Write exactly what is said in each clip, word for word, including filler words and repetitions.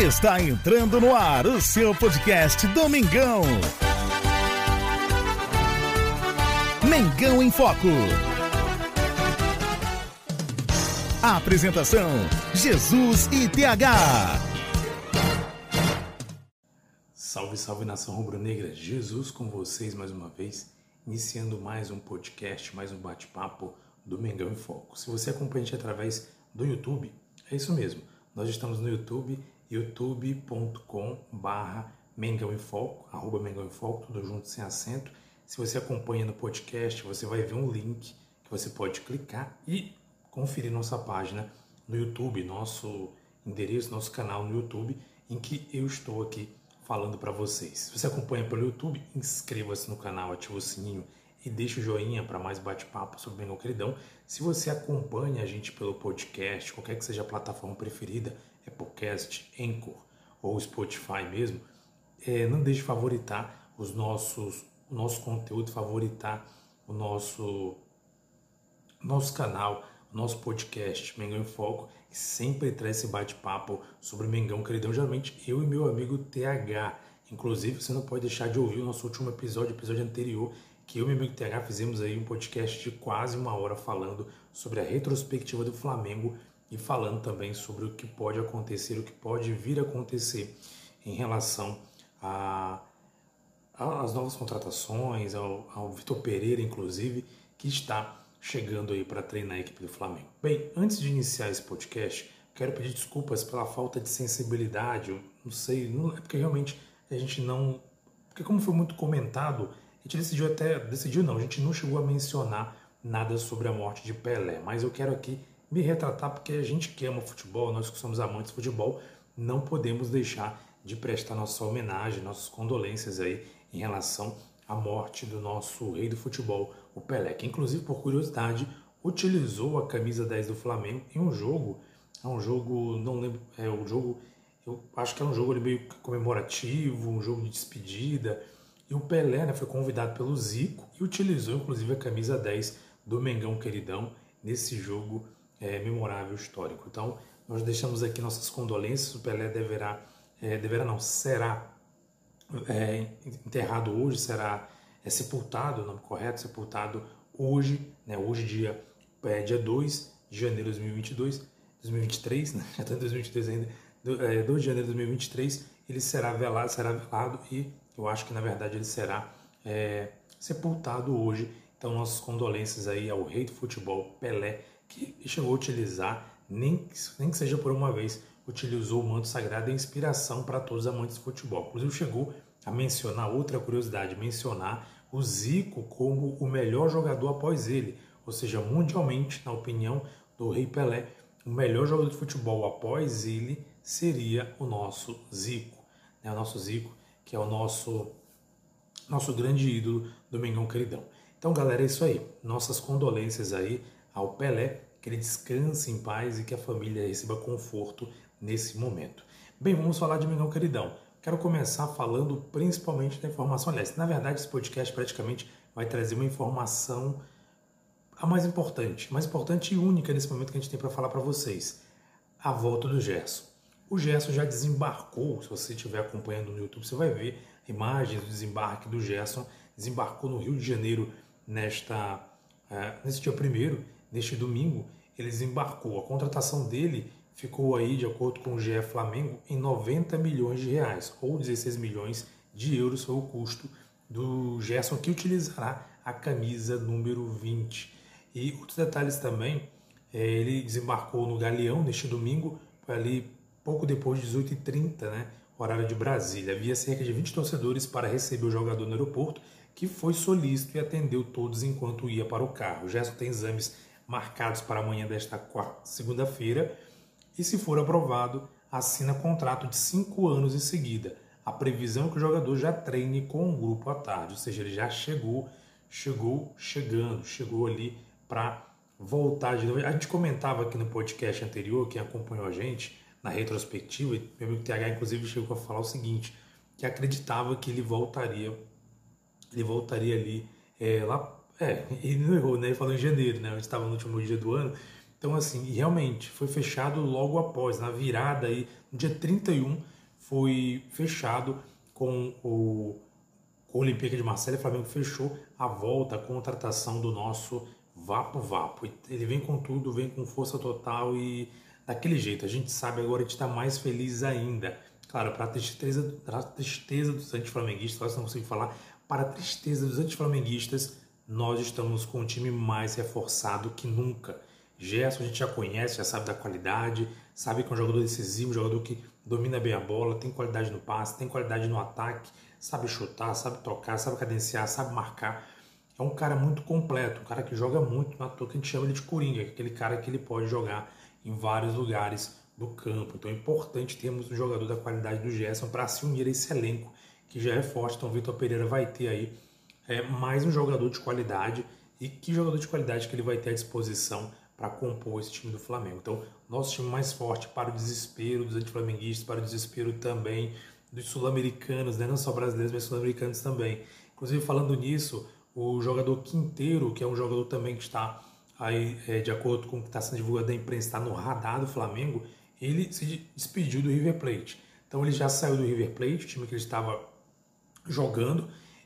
Está entrando no ar o seu podcast Domingão. Mengão em Foco. A apresentação: Jesus e T H. Salve, salve nação rubro-negra, Jesus com vocês mais uma vez, iniciando mais um podcast, mais um bate-papo do Mengão em Foco. Se você acompanha a gente através do YouTube, é isso mesmo, nós estamos no YouTube, youtube ponto com barra Mengão em Foco, arroba Mengão em Foco, tudo junto sem acento. Se você acompanha no podcast, você vai ver um link que você pode clicar e conferir nossa página no YouTube, nosso endereço, nosso canal no YouTube, em que eu estou aqui falando para vocês. Se você acompanha pelo YouTube, inscreva-se no canal, ative o sininho e deixe o joinha para mais bate-papo sobre Mengão Queridão. Se você acompanha a gente pelo podcast, qualquer que seja a plataforma preferida, Applecast, Anchor ou Spotify mesmo, é, não deixe de favoritar os nossos, o nosso conteúdo, favoritar o nosso, nosso canal, o nosso podcast Mengão em Foco, e sempre traz esse bate-papo sobre Mengão Queridão, geralmente eu e meu amigo T H. Inclusive, você não pode deixar de ouvir o nosso último episódio, o episódio anterior, que eu e meu amigo T H fizemos aí um podcast de quase uma hora falando sobre a retrospectiva do Flamengo e falando também sobre o que pode acontecer, o que pode vir a acontecer em relação a, a, às novas contratações, ao, ao Vitor Pereira, inclusive, que está chegando aí para treinar a equipe do Flamengo. Bem, antes de iniciar esse podcast, quero pedir desculpas pela falta de sensibilidade, eu não sei, não, é porque realmente a gente não... Porque como foi muito comentado, a gente decidiu até... Decidiu não, a gente não chegou a mencionar nada sobre a morte de Pelé, mas eu quero aqui me retratar porque a gente que ama futebol, nós que somos amantes de futebol, não podemos deixar de prestar nossa homenagem, nossas condolências aí em relação à morte do nosso rei do futebol, o Pelé, que inclusive, por curiosidade, utilizou a camisa dez do Flamengo em um jogo, é um jogo, não lembro, é um jogo, eu acho que é um jogo ali meio comemorativo, um jogo de despedida, e o Pelé, né, foi convidado pelo Zico e utilizou inclusive a camisa dez do Mengão Queridão nesse jogo é, memorável histórico. Então, nós deixamos aqui nossas condolências, o Pelé deverá, é, deverá não, será é, enterrado hoje, será é, sepultado, o nome correto, sepultado hoje, né, hoje dia, é, dia dois de janeiro de dois mil e vinte e dois, dois mil e vinte e três, né, já está em dois mil e vinte e dois ainda, do, é, dois de janeiro de dois mil e vinte e três, ele será velado, será velado e eu acho que na verdade ele será é, sepultado hoje. Então nossas condolências aí ao rei do futebol, Pelé, que chegou a utilizar, nem, nem que seja por uma vez, utilizou o manto sagrado e inspiração para todos os amantes de futebol. Inclusive chegou a mencionar, outra curiosidade, mencionar o Zico como o melhor jogador após ele. Ou seja, mundialmente, na opinião do rei Pelé, o melhor jogador de futebol após ele seria o nosso Zico. Né? O nosso Zico, que é o nosso, nosso grande ídolo do Mengão Queridão. Então, galera, é isso aí. Nossas condolências aí ao Pelé, que ele descanse em paz e que a família receba conforto nesse momento. Bem, vamos falar de Mengão Queridão. Quero começar falando principalmente da informação. Aliás, na verdade, esse podcast praticamente vai trazer uma informação a mais importante, mais importante e única nesse momento que a gente tem para falar para vocês. A volta do Gerson. O Gerson já desembarcou, se você estiver acompanhando no YouTube, você vai ver imagens do desembarque do Gerson. Desembarcou no Rio de Janeiro nesta, uh, nesse dia primeiro, neste domingo, ele desembarcou. A contratação dele ficou aí, de acordo com o G E Flamengo, em noventa milhões de reais, ou dezesseis milhões de euros foi o custo do Gerson, que utilizará a camisa número vinte. E outros detalhes também, é, ele desembarcou no Galeão neste domingo, ali pouco depois de dezoito e trinta, né, horário de Brasília. Havia cerca de vinte torcedores para receber o jogador no aeroporto, que foi solícito e atendeu todos enquanto ia para o carro. O Gerson tem exames marcados para amanhã desta segunda-feira e, se for aprovado, assina contrato de cinco anos em seguida. A previsão é que o jogador já treine com o grupo à tarde, ou seja, ele já chegou, chegou chegando, chegou ali para voltar de novo. A gente comentava aqui no podcast anterior, quem acompanhou a gente, na retrospectiva, e meu amigo T H inclusive chegou a falar o seguinte, que acreditava que ele voltaria, ele voltaria ali, é, lá, é, ele não errou, né, ele falou em janeiro, né, a gente estava no último dia do ano, Então, assim, e realmente foi fechado logo após, na virada aí, no dia trinta e um, foi fechado com o, com o Olympique de Marseille. O Flamengo fechou a volta, a contratação do nosso Vapo Vapo. Ele vem com tudo, vem com força total e daquele jeito. A gente sabe agora, a gente está mais feliz ainda. Claro, para a tristeza, para tristeza dos antiflamenguistas, nós não consigo falar, para a tristeza dos antiflamenguistas, nós estamos com um time mais reforçado que nunca. Gerson a gente já conhece, já sabe da qualidade, sabe que é um jogador decisivo, um jogador que domina bem a bola, tem qualidade no passe, tem qualidade no ataque, sabe chutar, sabe tocar, sabe cadenciar, sabe marcar. É um cara muito completo, um cara que joga muito, na toa que a gente chama ele de Coringa, aquele cara que ele pode jogar em vários lugares do campo. Então é importante termos um jogador da qualidade do Gerson para se unir a esse elenco que já é forte. Então o Vitor Pereira vai ter aí é, mais um jogador de qualidade. E que jogador de qualidade que ele vai ter à disposição para compor esse time do Flamengo. Então, nosso time mais forte para o desespero dos antiflamenguistas, para o desespero também dos sul-americanos, né? Não só brasileiros, mas sul-americanos também. Inclusive, falando nisso, o jogador Quinteiro, que é um jogador também que está aí, é, de acordo com o que está sendo divulgado da imprensa, está no radar do Flamengo, ele se despediu do River Plate. Então, ele já saiu do River Plate, o time que ele estava jogando,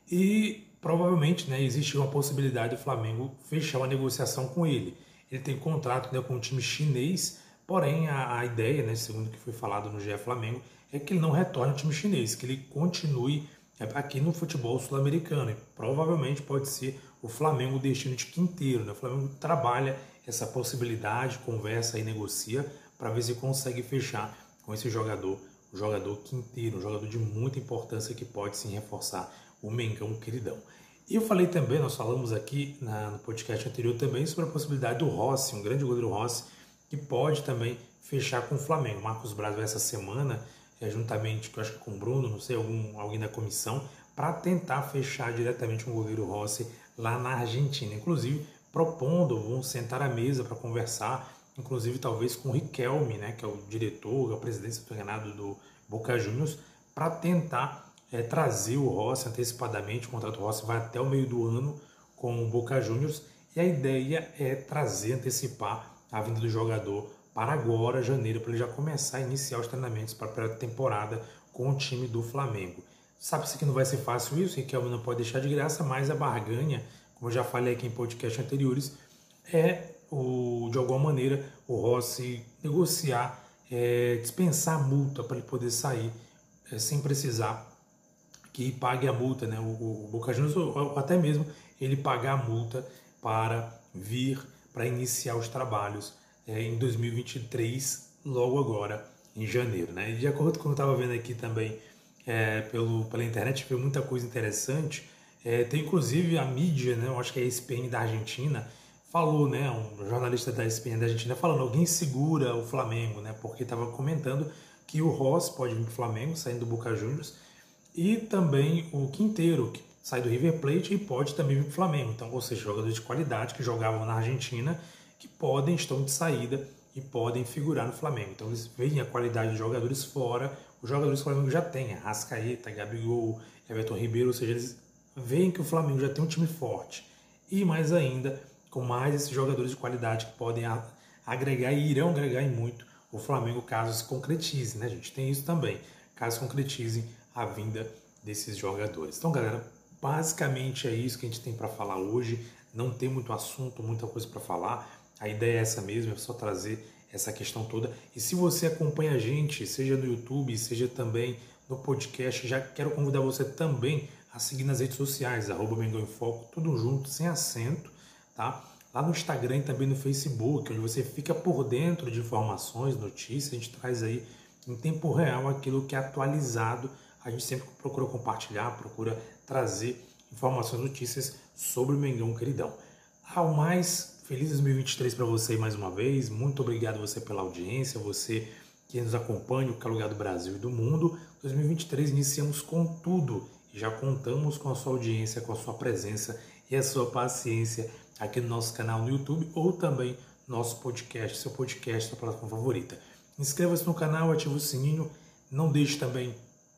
e provavelmente, né, existe uma possibilidade do Flamengo fechar uma negociação com ele. Ele tem contrato, né, com um time chinês, porém a, a ideia, né, segundo o que foi falado no G E Flamengo, é que ele não retorne ao time chinês, que ele continue aqui no futebol sul-americano. E provavelmente pode ser o Flamengo o destino de Quinteiro. Né? O Flamengo trabalha essa possibilidade, conversa e negocia para ver se consegue fechar com esse jogador, o jogador Quinteiro, um jogador de muita importância que pode sim reforçar o Mengão queridão. E eu falei também, nós falamos aqui na, no podcast anterior também sobre a possibilidade do Rossi, um grande goleiro Rossi, que pode também fechar com o Flamengo. Marcos Braz vai essa semana, é, juntamente eu acho que com o Bruno, não sei, algum, alguém da comissão, para tentar fechar diretamente com o goleiro Rossi lá na Argentina. Inclusive, propondo, vão sentar à mesa para conversar, inclusive talvez com o Riquelme, né, que é o diretor, é o presidente do Boca Juniors, para tentar É, trazer o Rossi antecipadamente. O contrato do Rossi vai até o meio do ano com o Boca Juniors e a ideia é trazer, antecipar a vinda do jogador para agora, janeiro, para ele já começar a iniciar os treinamentos para a pré-temporada com o time do Flamengo. Sabe-se que não vai ser fácil isso, que o não pode deixar de graça, mas a barganha, como eu já falei aqui em podcasts anteriores, é, o, de alguma maneira, o Rossi negociar, é, dispensar a multa para ele poder sair é, sem precisar que pague a multa, né? O, o Boca Juniors, ou até mesmo ele pagar a multa para vir, para iniciar os trabalhos é, em dois mil e vinte e três, logo agora, em janeiro, né? E de acordo com o que eu estava vendo aqui também é, pelo, pela internet, viu muita coisa interessante. É, tem inclusive a mídia, né? Eu acho que é a E S P N da Argentina, falou, né? Um jornalista da E S P N da Argentina falando, alguém segura o Flamengo, né? Porque estava comentando que o Rossi pode vir para o Flamengo, saindo do Boca Juniors, e também o Quinteiro, que sai do River Plate e pode também vir para o Flamengo. Então, ou seja, jogadores de qualidade que jogavam na Argentina, que podem, estão de saída e podem figurar no Flamengo. Então, eles veem a qualidade de jogadores fora, os jogadores que o Flamengo já tem, Arrascaeta, Gabigol, Everton Ribeiro, ou seja, eles veem que o Flamengo já tem um time forte. E mais ainda, com mais esses jogadores de qualidade que podem agregar e irão agregar em muito o Flamengo, caso se concretize, né, gente? Tem isso também, caso concretize a vinda desses jogadores. Então, galera, basicamente é isso que a gente tem para falar hoje. Não tem muito assunto, muita coisa para falar. A ideia é essa mesmo, é só trazer essa questão toda. E se você acompanha a gente, seja no YouTube, seja também no podcast, já quero convidar você também a seguir nas redes sociais, arroba Mengão em Foco, tudo junto, sem acento, tá? Lá no Instagram e também no Facebook, onde você fica por dentro de informações, notícias, a gente traz aí em tempo real aquilo que é atualizado. A gente sempre procura compartilhar, procura trazer informações, notícias sobre o Mengão queridão. Ao mais, feliz dois mil e vinte e três para você mais uma vez. Muito obrigado você pela audiência, você que nos acompanha, o que é lugar do Brasil e do mundo. dois mil e vinte e três iniciamos com tudo e já contamos com a sua audiência, com a sua presença e a sua paciência aqui no nosso canal no YouTube ou também nosso podcast, seu podcast, sua plataforma favorita. Inscreva-se no canal, ative o sininho, não deixe também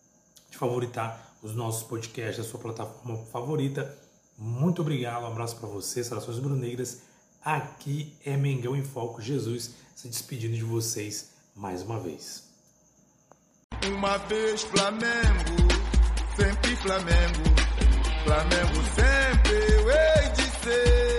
de favoritar os nossos podcasts, a sua plataforma favorita. Muito obrigado, um abraço para você, saudações brunegras, Aqui é Mengão em Foco. Jesus se despedindo de vocês mais uma vez. Uma vez Flamengo, sempre Flamengo, Flamengo sempre eu hei de ser.